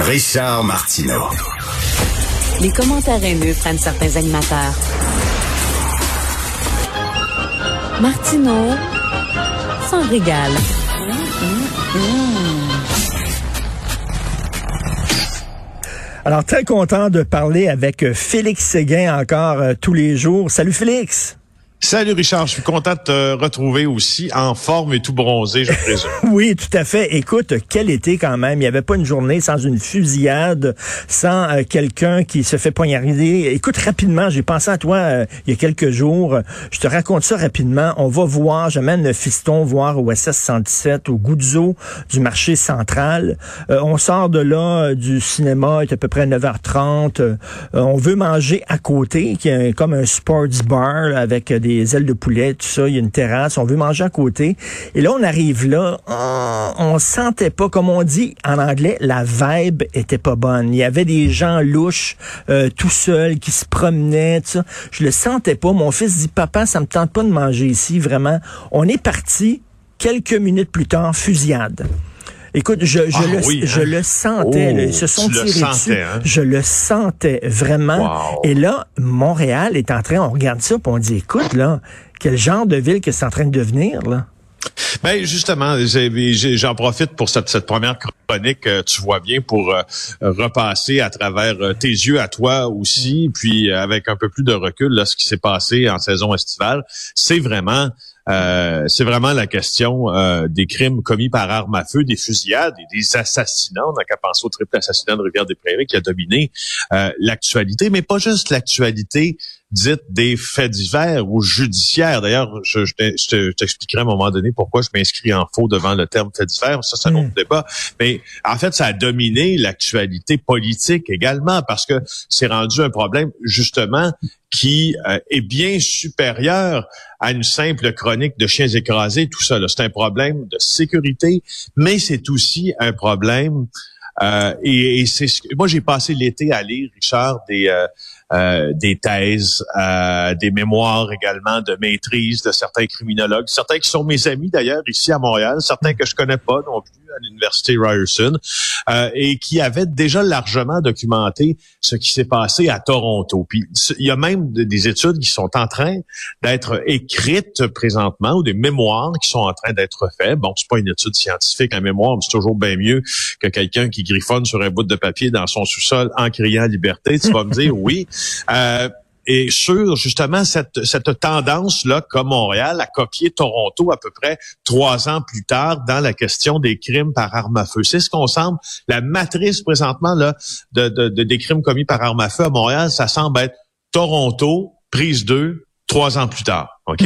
Richard Martineau. Les commentaires haineux prennent certains animateurs. Martineau s'en régale. Alors, très content de parler avec Félix Séguin encore tous les jours. Salut Félix! Salut Richard, je suis content de te retrouver aussi en forme et tout bronzé, je présume. Oui, tout à fait. Écoute, quel été quand même. Il n'y avait pas une journée sans une fusillade, sans quelqu'un qui se fait poignarder. Écoute, rapidement, j'ai pensé à toi il y a quelques jours. Je te raconte ça rapidement. On va voir, j'amène le fiston voir au SS 117, au Goudzo du marché central. On sort de là du cinéma, il est à peu près 9h30. On veut manger à côté, qui est comme un sports bar là, avec des ailes de poulet, tout ça, il y a une terrasse, on veut manger à côté. Et là, on arrive là, on sentait pas, comme on dit en anglais, la vibe était pas bonne. Il y avait des gens louches, tout seuls, qui se promenaient, tout ça. Je le sentais pas. Mon fils dit, papa, ça me tente pas de manger ici, vraiment. On est parti, quelques minutes plus tard, fusillade. Écoute, je le sentais. Oh, ils se sont tirés dessus. Hein? Je le sentais vraiment. Wow. Et là, Montréal est en train, on regarde ça, puis on dit, écoute, là, quel genre de ville que c'est en train de devenir, là? Ben justement, j'en profite pour cette première chronique, tu vois bien, pour repasser à travers tes yeux à toi aussi, puis avec un peu plus de recul, là, ce qui s'est passé en saison estivale, c'est vraiment la question des crimes commis par arme à feu, des fusillades et des assassinats. On n'a qu'à penser au triple assassinat de Rivière-des-Prairies qui a dominé l'actualité, mais pas juste l'actualité dite des faits divers ou judiciaires. D'ailleurs, je t'expliquerai à un moment donné pourquoi je m'inscris en faux devant le terme fait divers. Ça, c'est un autre débat. Mais en fait, ça a dominé l'actualité politique également parce que c'est rendu un problème, justement, qui est bien supérieur à une simple chronique de chiens écrasés, tout ça. C'est un problème de sécurité, mais c'est aussi un problème... et c'est moi, j'ai passé l'été à lire, Richard, des thèses, des mémoires également de maîtrise de certains criminologues, certains qui sont mes amis d'ailleurs ici à Montréal, certains que je connais pas non plus à l'université Ryerson, et qui avaient déjà largement documenté ce qui s'est passé à Toronto. Puis il y a même des études qui sont en train d'être écrites présentement, ou des mémoires qui sont en train d'être faites. Bon, c'est pas une étude scientifique, un mémoire, mais c'est toujours bien mieux que quelqu'un qui griffonne sur un bout de papier dans son sous-sol en criant liberté. Tu vas me dire oui. Et sur justement cette tendance-là, comme Montréal, à copier Toronto à peu près 3 ans plus tard dans la question des crimes par arme à feu. C'est ce qu'on semble, la matrice présentement là des crimes commis par arme à feu à Montréal, ça semble être Toronto, prise 2, 3 ans plus tard. OK?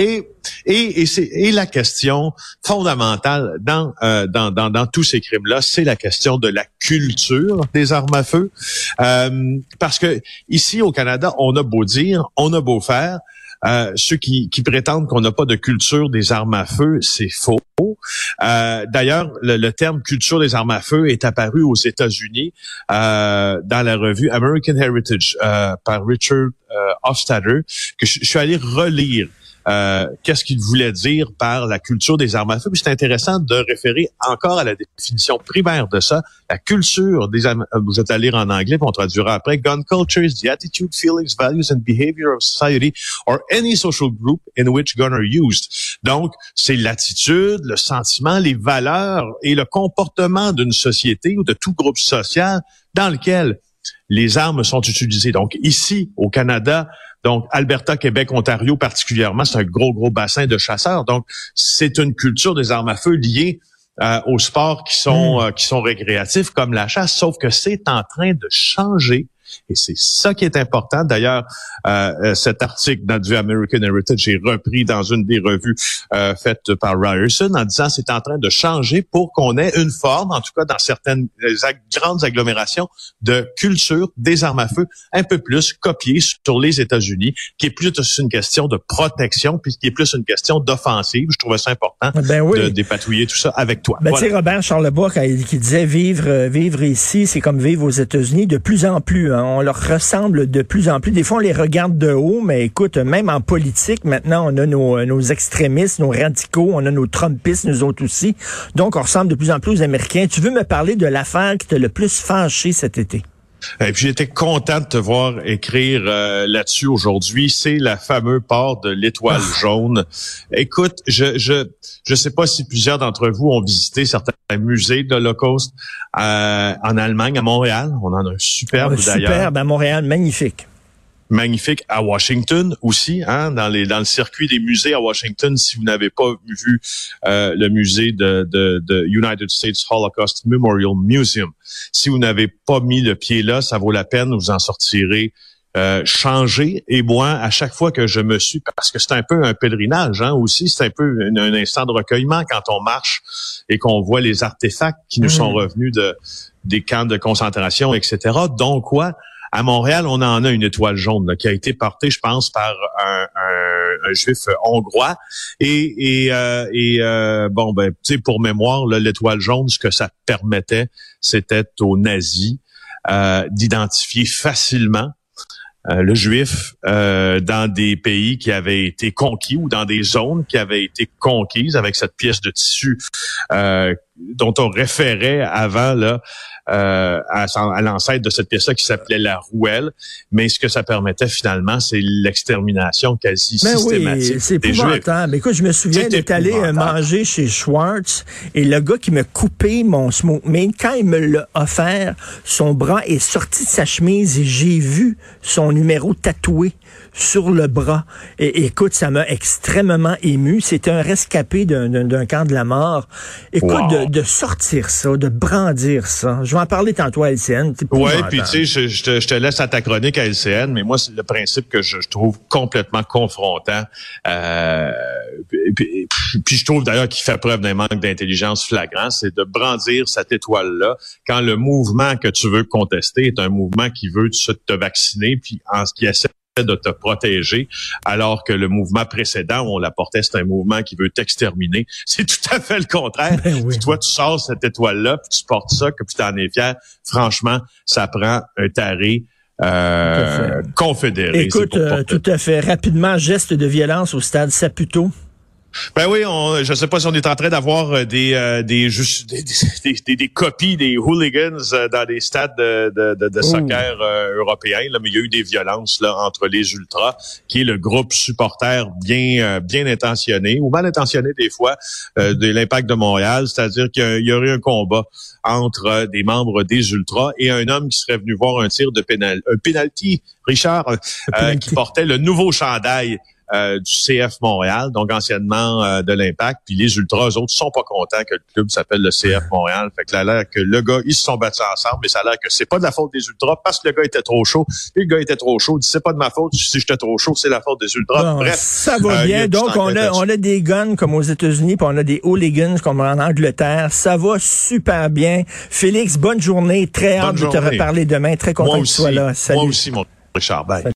Et la question fondamentale dans tous ces crimes-là, c'est la question de la culture des armes à feu. Parce que ici au Canada, on a beau dire, on a beau faire, ceux qui prétendent qu'on n'a pas de culture des armes à feu, c'est faux. D'ailleurs, le terme culture des armes à feu est apparu aux États-Unis dans la revue American Heritage par Richard Hofstadter, que je suis allé relire. Qu'est-ce qu'il voulait dire par la culture des armes à feu. Puis c'est intéressant de référer encore à la définition primaire de ça. La culture des armes à feu, je vais te la lire en anglais, puis on traduira après. Gun culture is the attitude, feelings, values and behavior of society or any social group in which guns are used. Donc, c'est l'attitude, le sentiment, les valeurs et le comportement d'une société ou de tout groupe social dans lequel les armes sont utilisées. Donc, ici, au Canada, donc Alberta, Québec, Ontario particulièrement, c'est un gros bassin de chasseurs. Donc, c'est une culture des armes à feu liée aux sports qui sont récréatifs comme la chasse, sauf que c'est en train de changer. Et c'est ça qui est important. D'ailleurs, cet article du American Heritage est repris dans une des revues faites par Ryerson en disant c'est en train de changer pour qu'on ait une forme, en tout cas dans certaines grandes agglomérations, de culture des armes à feu un peu plus copiée sur les États-Unis, qui est plus une question de protection, puis qui est plus une question d'offensive. Je trouvais ça important de dépatouiller tout ça avec toi. Ben, voilà. Tu sais, Robert Charlebois, qui disait vivre ici, c'est comme vivre aux États-Unis de plus en plus. Hein. on leur ressemble de plus en plus. Des fois, on les regarde de haut, mais écoute, même en politique, maintenant, on a nos extrémistes, nos radicaux, on a nos Trumpistes, nous autres aussi. Donc, on ressemble de plus en plus aux Américains. Tu veux me parler de l'affaire qui t'a le plus fâché cet été? Et puis j'étais content de te voir écrire là-dessus aujourd'hui. C'est la fameuse part de l'étoile jaune. Écoute, je sais pas si plusieurs d'entre vous ont visité certains musées de l'Holocauste en Allemagne, à Montréal. On en a un superbe d'ailleurs. Superbe à Montréal, magnifique. Magnifique à Washington aussi, hein, dans le circuit des musées à Washington. Si vous n'avez pas vu le musée de United States Holocaust Memorial Museum, si vous n'avez pas mis le pied là, ça vaut la peine, vous en sortirez changé. Et moi, à chaque fois que je me suis, parce que c'est un peu un pèlerinage, hein, aussi, c'est un peu un instant de recueillement quand on marche et qu'on voit les artefacts qui nous sont revenus des camps de concentration, etc. Donc quoi? À Montréal, on en a une étoile jaune là, qui a été portée, je pense, par un juif hongrois. Bon, ben, tu sais, pour mémoire, là, l'étoile jaune, ce que ça permettait, c'était aux nazis d'identifier facilement le juif dans des pays qui avaient été conquis ou dans des zones qui avaient été conquises avec cette pièce de tissu dont on référait avant là à l'ancêtre de cette pièce-là qui s'appelait la rouelle. Mais ce que ça permettait finalement, c'est l'extermination quasi systématique. Oui, c'est des épouvantable. Écoute, je me souviens d'être allé manger chez Schwartz et le gars qui m'a coupé mon smoke meat, quand il me l'a offert, son bras est sorti de sa chemise et j'ai vu son numéro tatoué sur le bras. Et écoute, ça m'a extrêmement ému. C'était un rescapé d'un camp de la mort. Écoute, de sortir ça, de brandir ça. Je vais en parler tantôt à LCN. Oui, puis tu sais, je te laisse à ta chronique à LCN, mais moi, c'est le principe que je trouve complètement confrontant. Puis je trouve d'ailleurs qu'il fait preuve d'un manque d'intelligence flagrant, c'est de brandir cette étoile-là quand le mouvement que tu veux contester est un mouvement qui veut te vacciner, puis en ce qui essaie de te protéger, alors que le mouvement précédent où on la portait, c'est un mouvement qui veut t'exterminer. C'est tout à fait le contraire. Ben oui. Puis toi, tu sors cette étoile-là, puis tu portes ça, puis t'en es fier. Franchement, ça prend un taré confédéré. Écoute, tout à fait. Rapidement, geste de violence au stade Saputo. Ben oui, je sais pas si on est en train d'avoir des copies des hooligans dans des stades de soccer européens, là, mais il y a eu des violences là entre les ultras, qui est le groupe supporter bien intentionné ou mal intentionné des fois de l'Impact de Montréal, c'est-à-dire qu'il y aurait un combat entre des membres des ultras et un homme qui serait venu voir un tir de penalty, Richard, qui portait le nouveau chandail du CF Montréal, donc anciennement de l'Impact, puis les Ultras, eux autres, sont pas contents que le club s'appelle le CF Montréal. Fait que là, l'air que le gars, ils se sont battus ensemble, mais ça a l'air que c'est pas de la faute des Ultras parce que le gars était trop chaud. Et le gars était trop chaud, il dit c'est pas de ma faute, si j'étais trop chaud, c'est la faute des Ultras. Bon, bref. Ça va bien. Donc, on a des guns comme aux États-Unis, puis on a des hooligans comme en Angleterre. Ça va super bien. Félix, bonne journée. Très hâte de te reparler demain. Très content que tu sois là. Salut. Moi aussi, mon Richard. Bye.